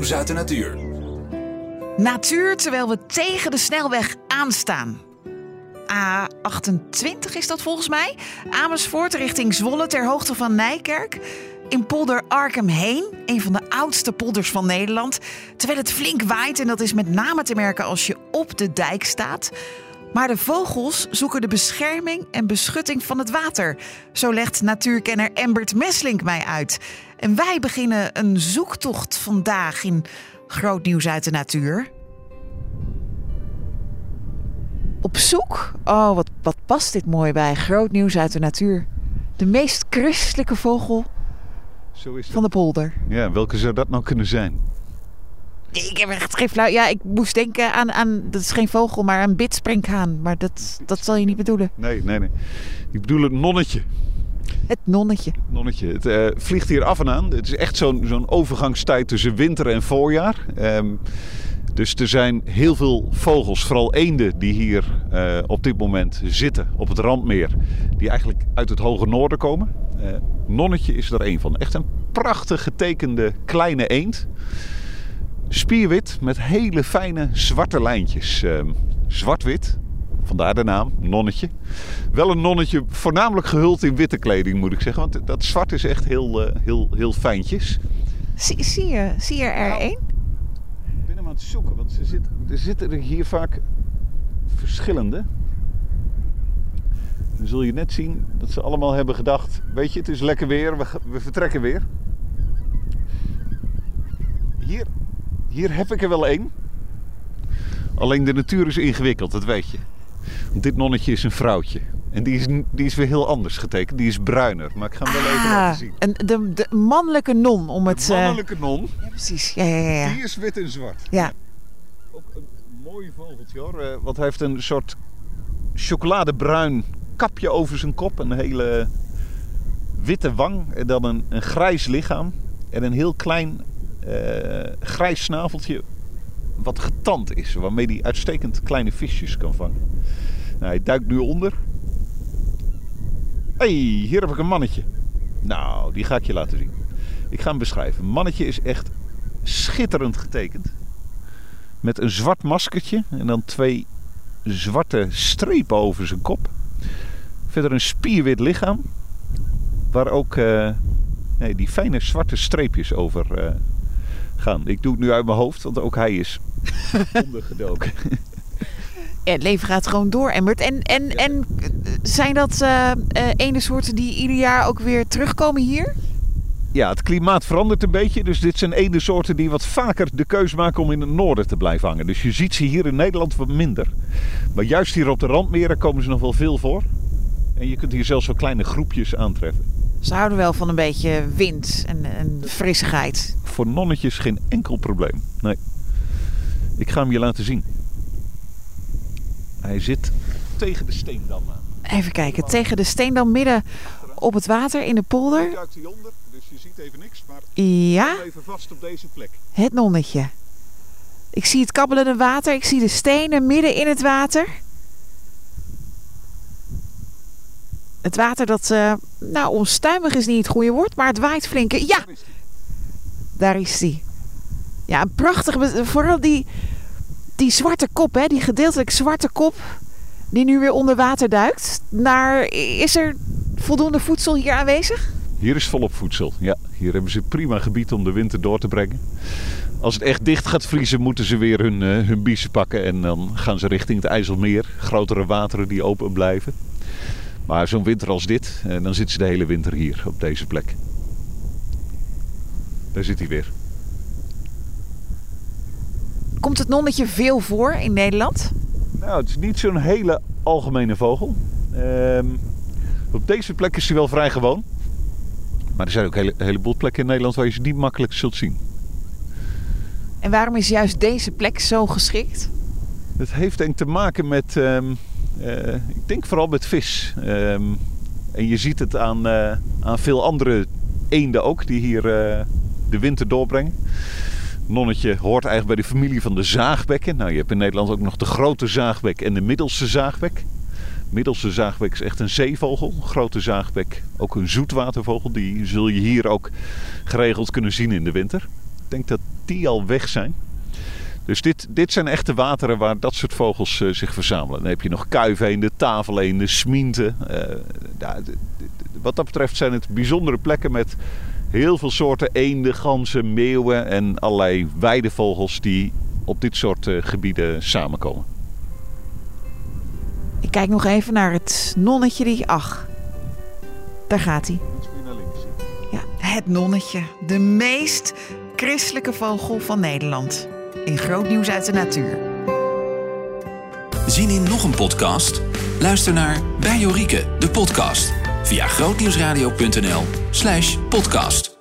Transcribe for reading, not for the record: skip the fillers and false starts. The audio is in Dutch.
nieuws uit de natuur. Natuur terwijl we tegen de snelweg aanstaan. A28 is dat volgens mij. Amersfoort richting Zwolle ter hoogte van Nijkerk. In polder Arkham-Heen, een van de oudste polders van Nederland. Terwijl het flink waait en dat is met name te merken als je op de dijk staat. Maar de vogels zoeken de bescherming en beschutting van het water. Zo legt natuurkenner Embert Meslink mij uit. En wij beginnen een zoektocht vandaag in Groot Nieuws uit de Natuur. Op zoek? Oh, wat past dit mooi bij Groot Nieuws uit de Natuur. De meest christelijke vogel Zo is het. van de polder. Ja, welke zou dat nou kunnen zijn? Ik heb echt geen flauw... Ja, ik moest denken aan... Dat is geen vogel, maar een bidsprinkhaan. Maar dat zal je niet bedoelen. Nee. Ik bedoel het nonnetje. Het nonnetje. Het vliegt hier af en aan. Het is echt zo'n overgangstijd tussen winter en voorjaar. Dus er zijn heel veel vogels, vooral eenden, die hier op dit moment zitten op het Randmeer. Die eigenlijk uit het hoge noorden komen. Nonnetje is er één van. Echt een prachtig getekende kleine eend. Spierwit met hele fijne zwarte lijntjes. Zwart-wit, vandaar de naam, nonnetje. Wel een nonnetje, voornamelijk gehuld in witte kleding moet ik zeggen. Want dat zwart is echt heel fijntjes. Zie je er één? Ik ben hem aan het zoeken, want er zitten er hier vaak verschillende. Dan zul je net zien dat ze allemaal hebben gedacht... Weet je, het is lekker weer, we vertrekken weer. Hier heb ik er wel één. Alleen de natuur is ingewikkeld, dat weet je. Want dit nonnetje is een vrouwtje. En die is weer heel anders getekend. Die is bruiner. Maar ik ga hem wel even laten zien. De mannelijke non. De mannelijke non. Ja, precies. Ja. Die is wit en zwart. Ja. Ook een mooi vogeltje hoor. Want hij heeft een soort chocoladebruin kapje over zijn kop. Een hele witte wang. En dan een grijs lichaam. En een heel klein grijs snaveltje. Wat getand is. Waarmee hij uitstekend kleine visjes kan vangen. Nou, hij duikt nu onder. Hey, hier heb ik een mannetje. Nou, die ga ik je laten zien. Ik ga hem beschrijven. Een mannetje is echt schitterend getekend. Met een zwart maskertje. En dan 2 zwarte strepen over zijn kop. Verder een spierwit lichaam. Waar ook die fijne zwarte streepjes over gaan. Ik doe het nu uit mijn hoofd, want ook hij is ondergedoken. Ja, het leven gaat gewoon door, Embert. En zijn dat eendensoorten die ieder jaar ook weer terugkomen hier? Ja, het klimaat verandert een beetje. Dus dit zijn eendensoorten die wat vaker de keus maken om in het noorden te blijven hangen. Dus je ziet ze hier in Nederland wat minder. Maar juist hier op de randmeren komen ze nog wel veel voor. En je kunt hier zelfs wel kleine groepjes aantreffen. Ze houden wel van een beetje wind en frissigheid. Voor nonnetjes geen enkel probleem. Nee. Ik ga hem je laten zien. Hij zit tegen de steendam aan. Even kijken, tegen de steendam midden op het water in de polder. Nu duikt hij onder, dus je ziet even niks. Maar ja, even vast op deze plek. Het nonnetje. Ik zie het kabbelende water. Ik zie de stenen midden in het water. Het water dat, onstuimig is niet het goede woord, maar het waait flink. Ja, daar is hij. Ja, een prachtige, vooral die zwarte kop, hè, die gedeeltelijk zwarte kop die nu weer onder water duikt. Is er voldoende voedsel hier aanwezig? Hier is volop voedsel, ja. Hier hebben ze prima gebied om de winter door te brengen. Als het echt dicht gaat vriezen, moeten ze weer hun biezen pakken. En dan gaan ze richting het IJsselmeer. Grotere wateren die open blijven. Maar zo'n winter als dit, dan zitten ze de hele winter hier op deze plek. Daar zit hij weer. Komt het nonnetje veel voor in Nederland? Nou, het is niet zo'n hele algemene vogel. Op deze plek is hij wel vrij gewoon. Maar er zijn ook een heleboel plekken in Nederland waar je ze niet makkelijk zult zien. En waarom is juist deze plek zo geschikt? Het heeft denk ik te maken met, ik denk vooral met vis. En je ziet het aan veel andere eenden ook die hier de winter doorbrengen. Nonnetje hoort eigenlijk bij de familie van de zaagbekken. Nou, je hebt in Nederland ook nog de grote zaagbek en de middelste zaagbek. Middelste zaagbek is echt een zeevogel. Grote zaagbek ook een zoetwatervogel. Die zul je hier ook geregeld kunnen zien in de winter. denk dat die al weg zijn. Dus dit zijn echte wateren waar dat soort vogels zich verzamelen. Dan heb je nog kuifeenden, tafeleenden, smienten. Wat dat betreft zijn het bijzondere plekken met heel veel soorten eenden, ganzen, meeuwen en allerlei weidevogels die op dit soort gebieden samenkomen. Ik kijk nog even naar het nonnetje daar gaat hij. Iets meer naar links. Ja, het nonnetje. De meest christelijke vogel van Nederland. In groot nieuws uit de natuur. Zin in nog een podcast? Luister naar Bij Jorike, de podcast. Via grootnieuwsradio.nl/podcast.